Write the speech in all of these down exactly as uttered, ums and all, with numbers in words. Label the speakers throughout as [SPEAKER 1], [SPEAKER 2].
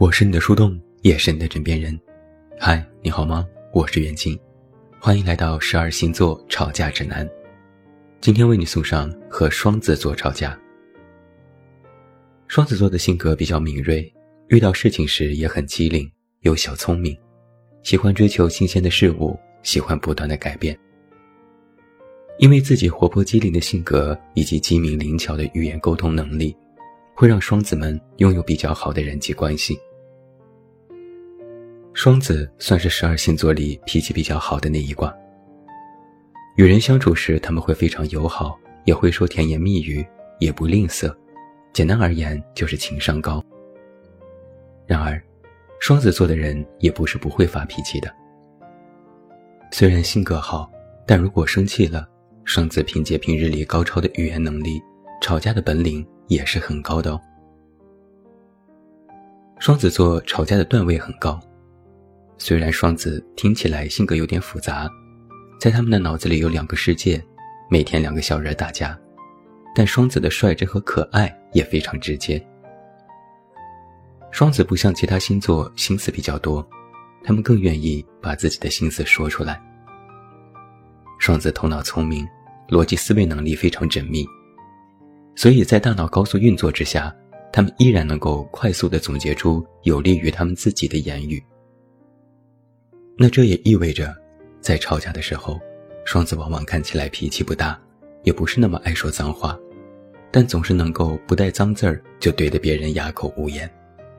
[SPEAKER 1] 我是你的树洞，也是你的枕边人。嗨，你好吗？我是袁静，欢迎来到十二星座吵架指南。今天为你送上和双子座吵架。双子座的性格比较敏锐，遇到事情时也很机灵，有小聪明，喜欢追求新鲜的事物，喜欢不断的改变。因为自己活泼机灵的性格以及机敏灵巧的语言沟通能力，会让双子们拥有比较好的人际关系。双子算是十二星座里脾气比较好的那一卦。与人相处时，他们会非常友好，也会说甜言蜜语，也不吝啬，简单而言就是情商高。然而，双子座的人也不是不会发脾气的。虽然性格好，但如果生气了，双子凭借平日里高超的语言能力，吵架的本领也是很高的哦。双子座吵架的段位很高。虽然双子听起来性格有点复杂，在他们的脑子里有两个世界，每天两个小人打架，但双子的率真和可爱也非常直接。双子不像其他星座心思比较多，他们更愿意把自己的心思说出来。双子头脑聪明，逻辑思维能力非常缜密，所以在大脑高速运作之下，他们依然能够快速地总结出有利于他们自己的言语。那这也意味着，在吵架的时候，双子往往看起来脾气不大，也不是那么爱说脏话，但总是能够不带脏字儿就怼得别人哑口无言。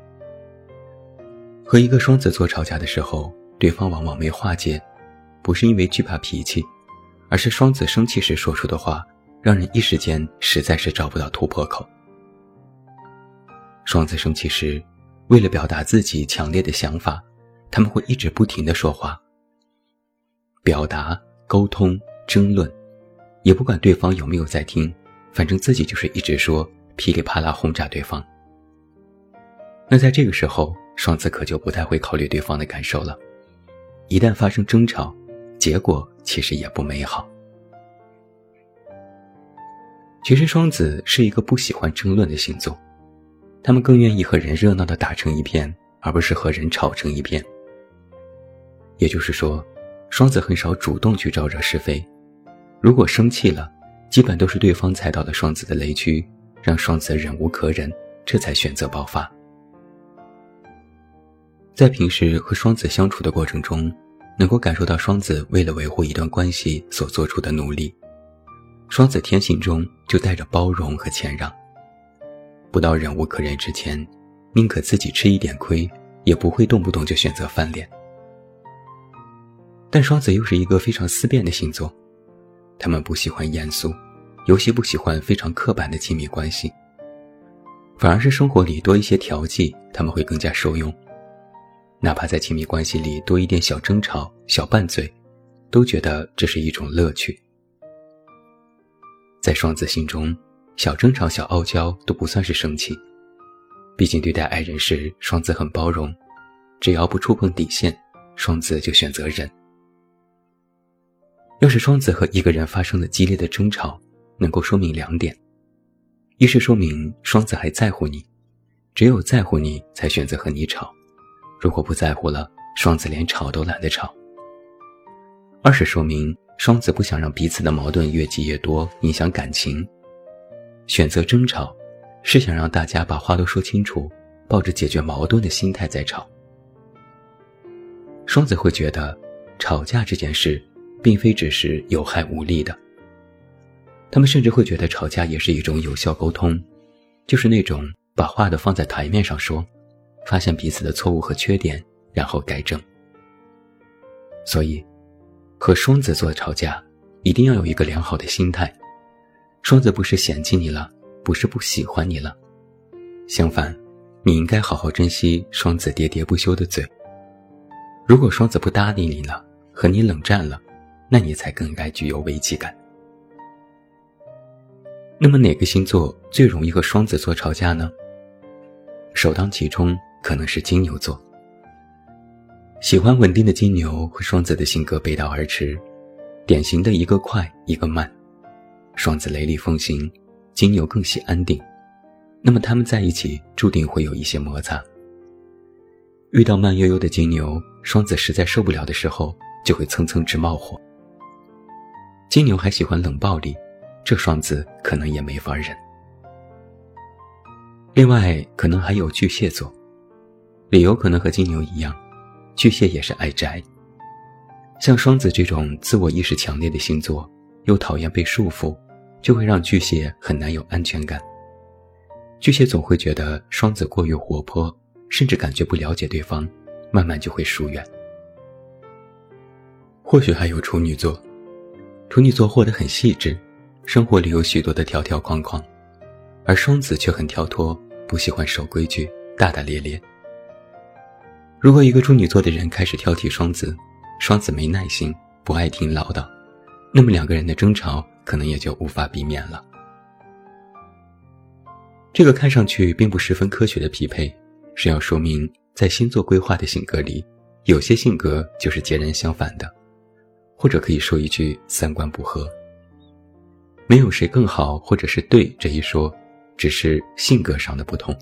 [SPEAKER 1] 和一个双子座吵架的时候，对方往往没话接，不是因为惧怕脾气，而是双子生气时说出的话，让人一时间实在是找不到突破口。双子生气时，为了表达自己强烈的想法，他们会一直不停地说话，表达、沟通、争论，也不管对方有没有在听，反正自己就是一直说，噼里啪啦轰炸对方。那在这个时候，双子可就不太会考虑对方的感受了。一旦发生争吵，结果其实也不美好。其实双子是一个不喜欢争论的星座，他们更愿意和人热闹地打成一片，而不是和人吵成一片。也就是说，双子很少主动去招惹是非，如果生气了，基本都是对方踩到了双子的雷区，让双子忍无可忍，这才选择爆发。在平时和双子相处的过程中，能够感受到双子为了维护一段关系所做出的努力。双子天性中就带着包容和谦让，不到忍无可忍之前，宁可自己吃一点亏，也不会动不动就选择翻脸。但双子又是一个非常思辨的星座，他们不喜欢严肃，尤其不喜欢非常刻板的亲密关系，反而是生活里多一些调剂，他们会更加受用。哪怕在亲密关系里多一点小争吵、小拌嘴，都觉得这是一种乐趣。在双子心中，小争吵、小傲娇都不算是生气，毕竟对待爱人时，双子很包容，只要不触碰底线，双子就选择忍。要是双子和一个人发生了激烈的争吵，能够说明两点：一是说明双子还在乎你，只有在乎你才选择和你吵，如果不在乎了，双子连吵都懒得吵；二是说明双子不想让彼此的矛盾越积越多，影响感情，选择争吵是想让大家把话都说清楚，抱着解决矛盾的心态在吵。双子会觉得吵架这件事并非只是有害无利的，他们甚至会觉得吵架也是一种有效沟通，就是那种把话都放在台面上说，发现彼此的错误和缺点，然后改正。所以和双子座吵架一定要有一个良好的心态，双子不是嫌弃你了，不是不喜欢你了，相反，你应该好好珍惜双子喋喋不休的嘴。如果双子不搭理你了，和你冷战了，那你才更该具有危机感。那么哪个星座最容易和双子座吵架呢？首当其冲可能是金牛座。喜欢稳定的金牛和双子的性格背道而驰，典型的一个快一个慢。双子雷厉风行，金牛更喜安定，那么他们在一起注定会有一些摩擦。 遇到慢悠悠的金牛，双子实在受不了的时候，就会蹭蹭直冒火。金牛还喜欢冷暴力，这双子可能也没法忍。另外，可能还有巨蟹座，理由可能和金牛一样，巨蟹也是爱宅。像双子这种自我意识强烈的星座，又讨厌被束缚，就会让巨蟹很难有安全感。巨蟹总会觉得双子过于活泼，甚至感觉不了解对方，慢慢就会疏远。或许还有处女座，处女座活得很细致，生活里有许多的条条框框，而双子却很跳脱，不喜欢守规矩，大大咧咧。如果一个处女座的人开始挑剔双子，双子没耐心，不爱听唠叨，那么两个人的争吵可能也就无法避免了。这个看上去并不十分科学的匹配，是要说明在星座规划的性格里，有些性格就是截然相反的，或者可以说一句三观不合。没有谁更好或者是对这一说，只是性格上的不同。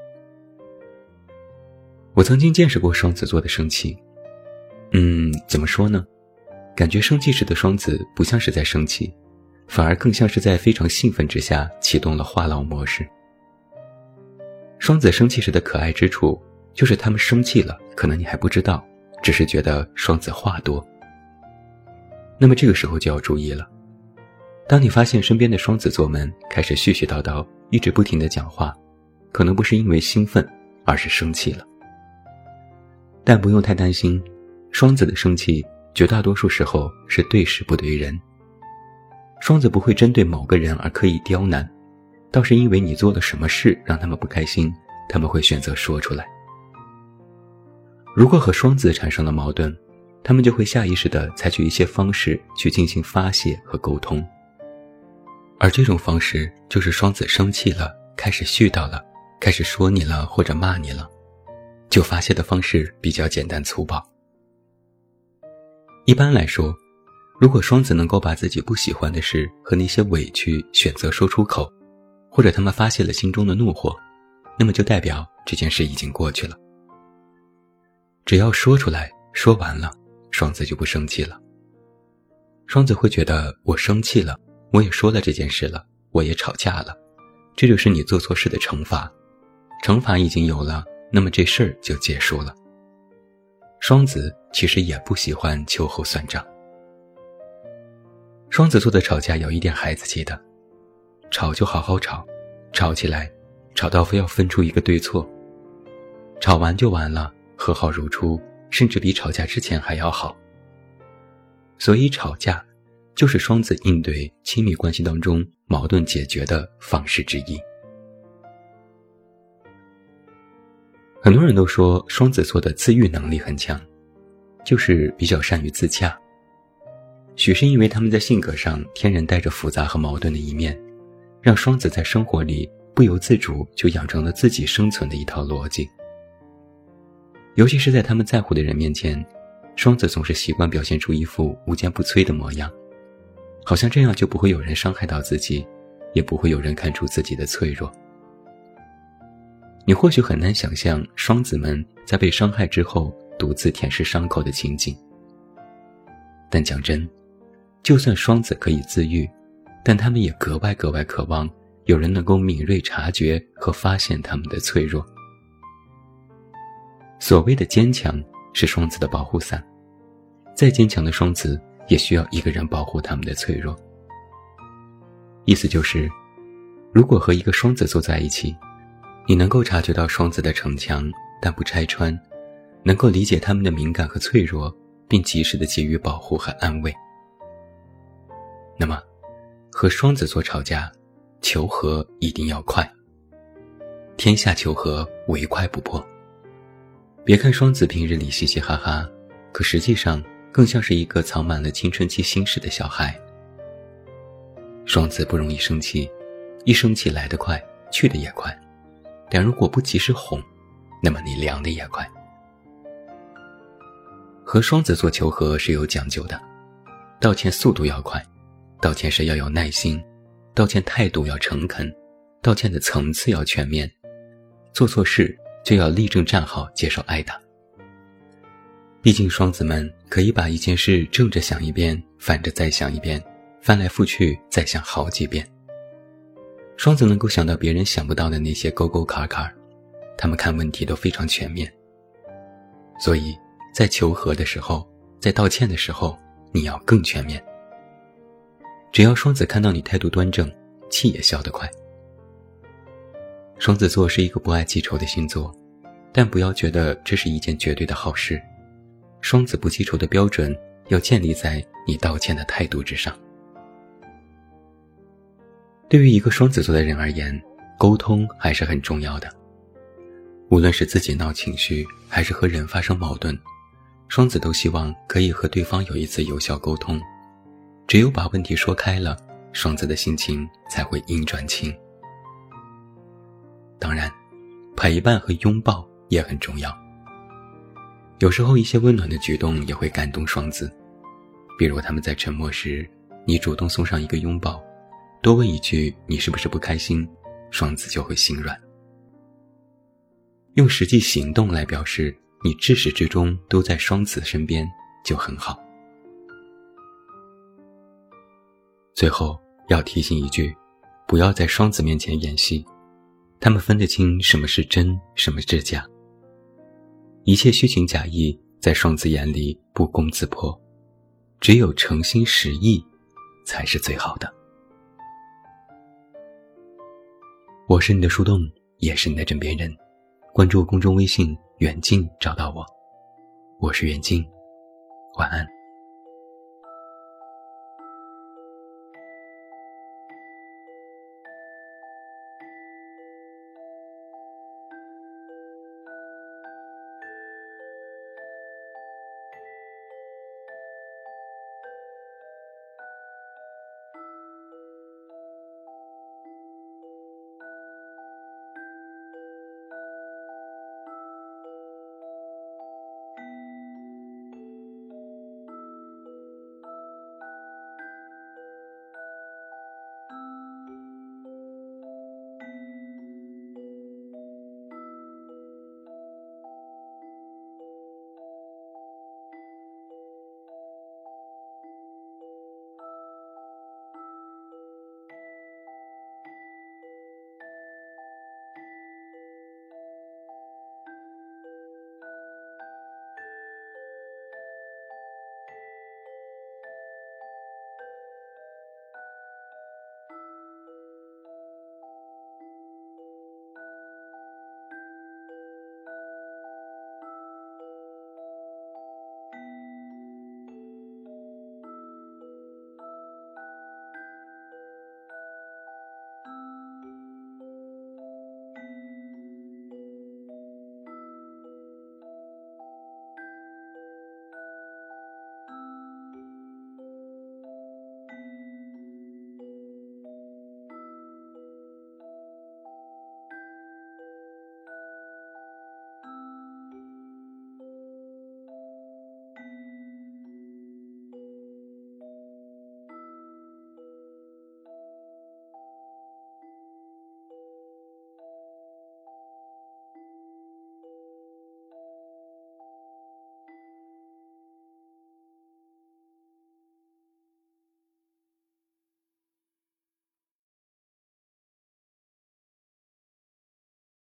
[SPEAKER 1] 我曾经见识过双子座的生气，嗯，怎么说呢？感觉生气时的双子不像是在生气，反而更像是在非常兴奋之下启动了话痨模式。双子生气时的可爱之处，就是他们生气了，可能你还不知道，只是觉得双子话多。那么这个时候就要注意了，当你发现身边的双子座们开始絮絮叨叨，一直不停地讲话，可能不是因为兴奋，而是生气了。但不用太担心，双子的生气绝大多数时候是对事不对人。双子不会针对某个人而刻意刁难，倒是因为你做了什么事让他们不开心，他们会选择说出来。如果和双子产生了矛盾，他们就会下意识地采取一些方式去进行发泄和沟通。而这种方式就是双子生气了，开始絮叨了，开始说你了或者骂你了，就发泄的方式比较简单粗暴。一般来说，如果双子能够把自己不喜欢的事和那些委屈选择说出口，或者他们发泄了心中的怒火，那么就代表这件事已经过去了。只要说出来，说完了，双子就不生气了。双子会觉得我生气了，我也说了这件事了，我也吵架了，这就是你做错事的惩罚，惩罚已经有了，那么这事儿就结束了。双子其实也不喜欢秋后算账。双子座的吵架有一点孩子气的，吵就好好吵，吵起来，吵到非要分出一个对错，吵完就完了，和好如初，甚至比吵架之前还要好。所以吵架就是双子应对亲密关系当中矛盾解决的方式之一。很多人都说双子座的自愈能力很强，就是比较善于自洽。许是因为他们在性格上天然带着复杂和矛盾的一面，让双子在生活里不由自主就养成了自己生存的一套逻辑。尤其是在他们在乎的人面前，双子总是习惯表现出一副无坚不摧的模样，好像这样就不会有人伤害到自己，也不会有人看出自己的脆弱。你或许很难想象双子们在被伤害之后独自舔舐伤口的情景。但讲真，就算双子可以自愈，但他们也格外格外渴望有人能够敏锐察觉和发现他们的脆弱。所谓的坚强是双子的保护伞，再坚强的双子也需要一个人保护他们的脆弱。意思就是，如果和一个双子座在一起，你能够察觉到双子的逞强，但不拆穿，能够理解他们的敏感和脆弱，并及时地给予保护和安慰。那么，和双子座吵架，求和一定要快。天下求和，唯快不破。别看双子平日里嘻嘻哈哈，可实际上更像是一个藏满了青春期心事的小孩。双子不容易生气，一生气来得快，去得也快。但如果不及时哄，那么你凉得也快。和双子座求和是有讲究的，道歉速度要快，道歉时要有耐心，道歉态度要诚恳，道歉的层次要全面，做错事就要立正站好接受挨打。 毕竟双子们可以把一件事正着想一遍，反着再想一遍，翻来覆去再想好几遍。双子能够想到别人想不到的那些沟沟坎坎，他们看问题都非常全面。所以在求和的时候，在道歉的时候，你要更全面。只要双子看到你态度端正，气也消得快。双子座是一个不爱记仇的星座，但不要觉得这是一件绝对的好事。双子不记仇的标准要建立在你道歉的态度之上。对于一个双子座的人而言，沟通还是很重要的。无论是自己闹情绪，还是和人发生矛盾，双子都希望可以和对方有一次有效沟通。只有把问题说开了，双子的心情才会阴转晴。当然，陪伴和拥抱也很重要。有时候一些温暖的举动也会感动双子，比如他们在沉默时，你主动送上一个拥抱，多问一句你是不是不开心，双子就会心软。用实际行动来表示你至始至终都在双子身边就很好。最后要提醒一句，不要在双子面前演戏，他们分得清什么是真，什么是假。一切虚情假意在双子眼里不攻自破，只有诚心实意才是最好的。我是你的树洞，也是你的枕边人。关注公众微信远近找到我，我是远近，晚安。